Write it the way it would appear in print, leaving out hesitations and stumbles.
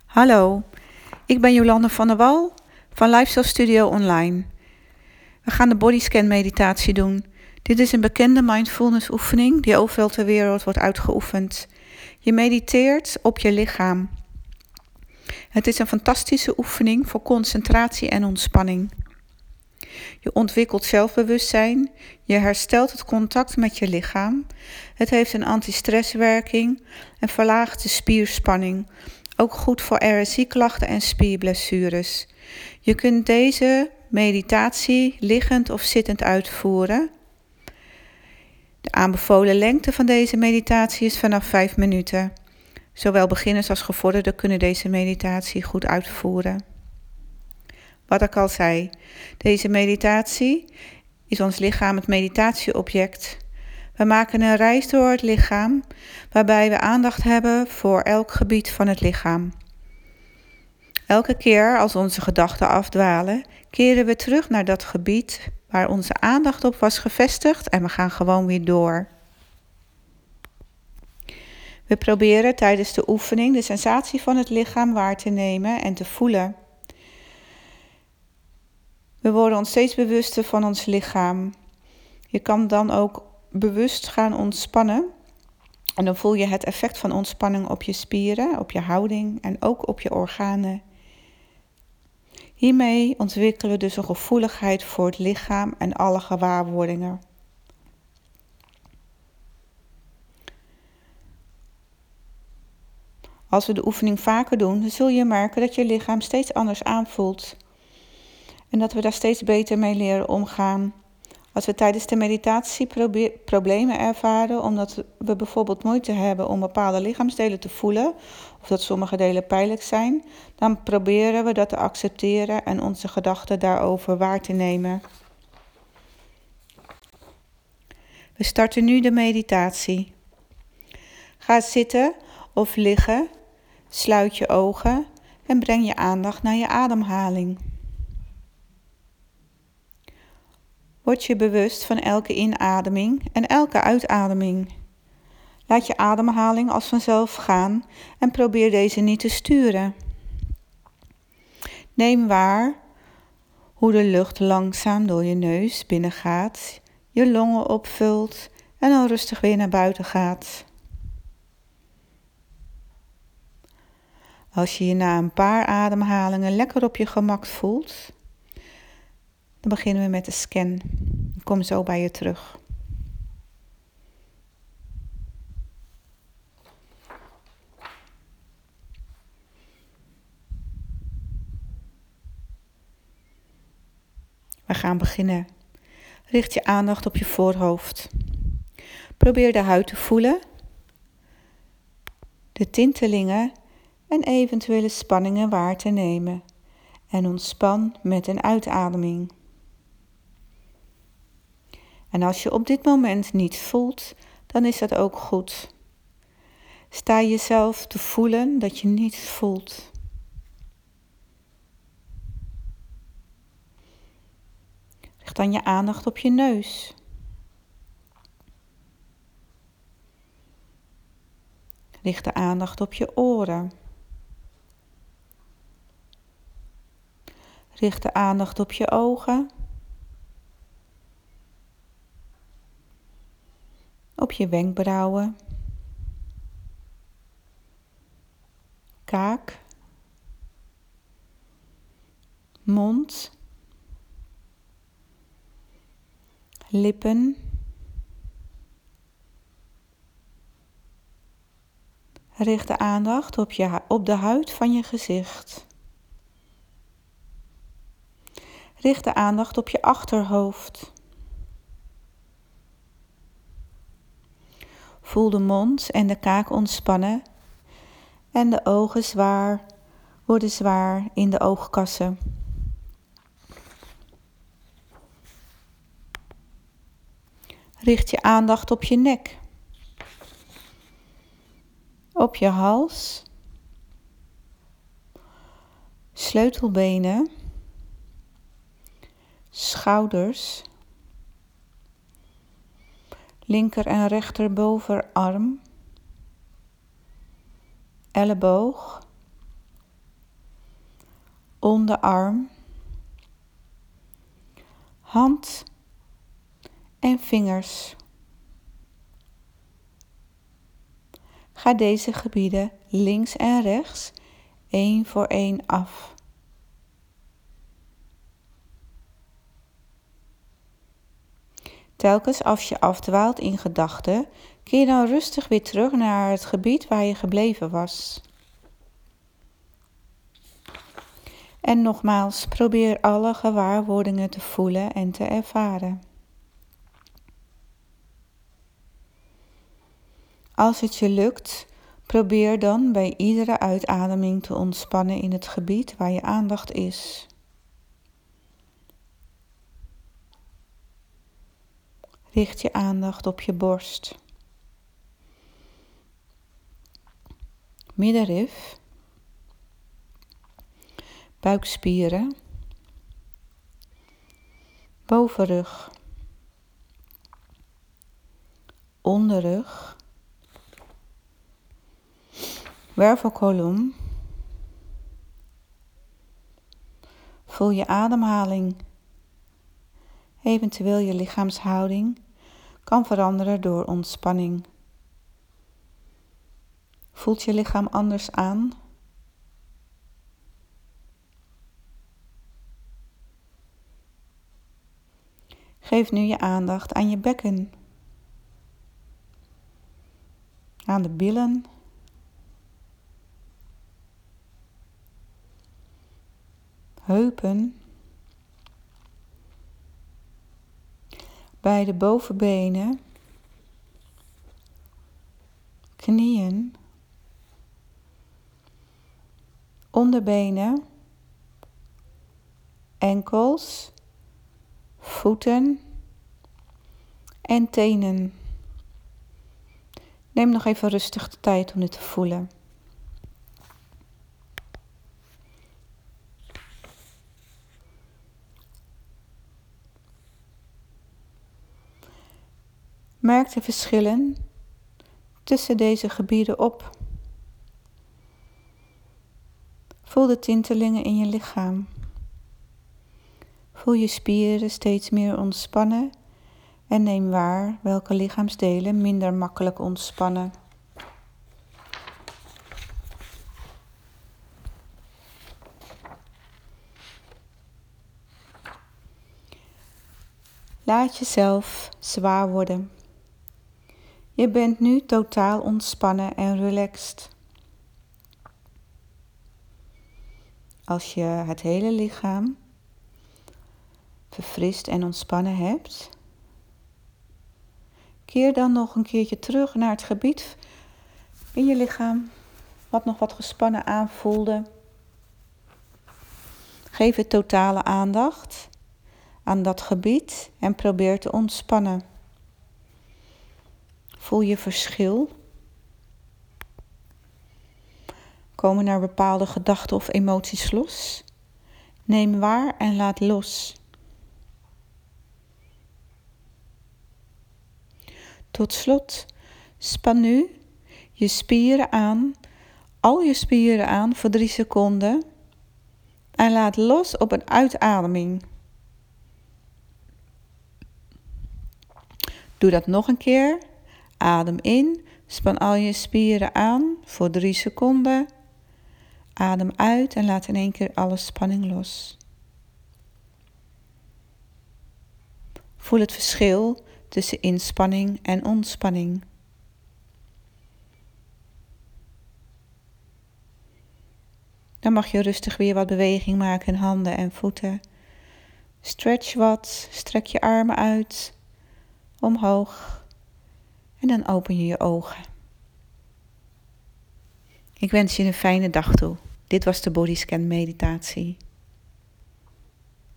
Hallo, ik ben Jolande van der Wal van Lifestyle Studio Online. We gaan de bodyscan meditatie doen. Dit is een bekende mindfulness oefening die overal ter wereld wordt uitgeoefend. Je mediteert op je lichaam. Het is een fantastische oefening voor concentratie en ontspanning. Je ontwikkelt zelfbewustzijn, je herstelt het contact met je lichaam. Het heeft een antistresswerking en verlaagt de spierspanning. Ook goed voor RSI-klachten en spierblessures. Je kunt deze meditatie liggend of zittend uitvoeren. De aanbevolen lengte van deze meditatie is vanaf 5 minuten. Zowel beginners als gevorderden kunnen deze meditatie goed uitvoeren. Wat ik al zei, deze meditatie is ons lichaam het meditatieobject. We maken een reis door het lichaam, waarbij we aandacht hebben voor elk gebied van het lichaam. Elke keer als onze gedachten afdwalen, keren we terug naar dat gebied waar onze aandacht op was gevestigd en we gaan gewoon weer door. We proberen tijdens de oefening de sensatie van het lichaam waar te nemen en te voelen. We worden ons steeds bewuster van ons lichaam. Je kan dan ook bewust gaan ontspannen. En dan voel je het effect van ontspanning op je spieren, op je houding en ook op je organen. Hiermee ontwikkelen we dus een gevoeligheid voor het lichaam en alle gewaarwordingen. Als we de oefening vaker doen, dan zul je merken dat je lichaam steeds anders aanvoelt. En dat we daar steeds beter mee leren omgaan. Als we tijdens de meditatie problemen ervaren, omdat we bijvoorbeeld moeite hebben om bepaalde lichaamsdelen te voelen, of dat sommige delen pijnlijk zijn, dan proberen we dat te accepteren en onze gedachten daarover waar te nemen. We starten nu de meditatie. Ga zitten of liggen, sluit je ogen en breng je aandacht naar je ademhaling. Word je bewust van elke inademing en elke uitademing. Laat je ademhaling als vanzelf gaan en probeer deze niet te sturen. Neem waar hoe de lucht langzaam door je neus binnengaat, je longen opvult en dan rustig weer naar buiten gaat. Als je je na een paar ademhalingen lekker op je gemak voelt, dan beginnen we met de scan. Ik kom zo bij je terug. We gaan beginnen. Richt je aandacht op je voorhoofd. Probeer de huid te voelen, de tintelingen en eventuele spanningen waar te nemen. En ontspan met een uitademing. En als je op dit moment niet voelt, dan is dat ook goed. Sta jezelf te voelen dat je niets voelt. Richt dan je aandacht op je neus. Richt de aandacht op je oren. Richt de aandacht op je ogen. Op je wenkbrauwen. Kaak. Mond. Lippen. Richt de aandacht op de huid van je gezicht. Richt de aandacht op je achterhoofd. Voel de mond en de kaak ontspannen en de ogen worden zwaar in de oogkassen. Richt je aandacht op je nek, op je hals, sleutelbenen, schouders, linker en rechter bovenarm, elleboog, onderarm, hand en vingers. Ga deze gebieden links en rechts 1 voor 1 af. Telkens als je afdwaalt in gedachten, keer dan rustig weer terug naar het gebied waar je gebleven was. En nogmaals, probeer alle gewaarwordingen te voelen en te ervaren. Als het je lukt, probeer dan bij iedere uitademing te ontspannen in het gebied waar je aandacht is. Richt je aandacht op je borst, middenrif, buikspieren, bovenrug, onderrug, wervelkolom. Voel je ademhaling. Eventueel je lichaamshouding kan veranderen door ontspanning. Voelt je lichaam anders aan? Geef nu je aandacht aan je bekken, aan de billen, heupen, beide bovenbenen, knieën, onderbenen, enkels, voeten en tenen. Neem nog even rustig de tijd om dit te voelen. Merk de verschillen tussen deze gebieden op. Voel de tintelingen in je lichaam. Voel je spieren steeds meer ontspannen en neem waar welke lichaamsdelen minder makkelijk ontspannen. Laat jezelf zwaar worden. Je bent nu totaal ontspannen en relaxed. Als je het hele lichaam verfrist en ontspannen hebt, keer dan nog een keertje terug naar het gebied in je lichaam wat nog wat gespannen aanvoelde. Geef het totale aandacht aan dat gebied en probeer te ontspannen. Voel je verschil? Komen er bepaalde gedachten of emoties los? Neem waar en laat los. Tot slot, span nu je spieren aan, al je spieren aan voor 3 seconden en laat los op een uitademing. Doe dat nog een keer. Adem in, span al je spieren aan voor 3 seconden. Adem uit en laat in één keer alle spanning los. Voel het verschil tussen inspanning en ontspanning. Dan mag je rustig weer wat beweging maken in handen en voeten. Stretch wat, strek je armen uit, omhoog en dan open je je ogen. Ik wens je een fijne dag toe. Dit was de Bodyscan meditatie.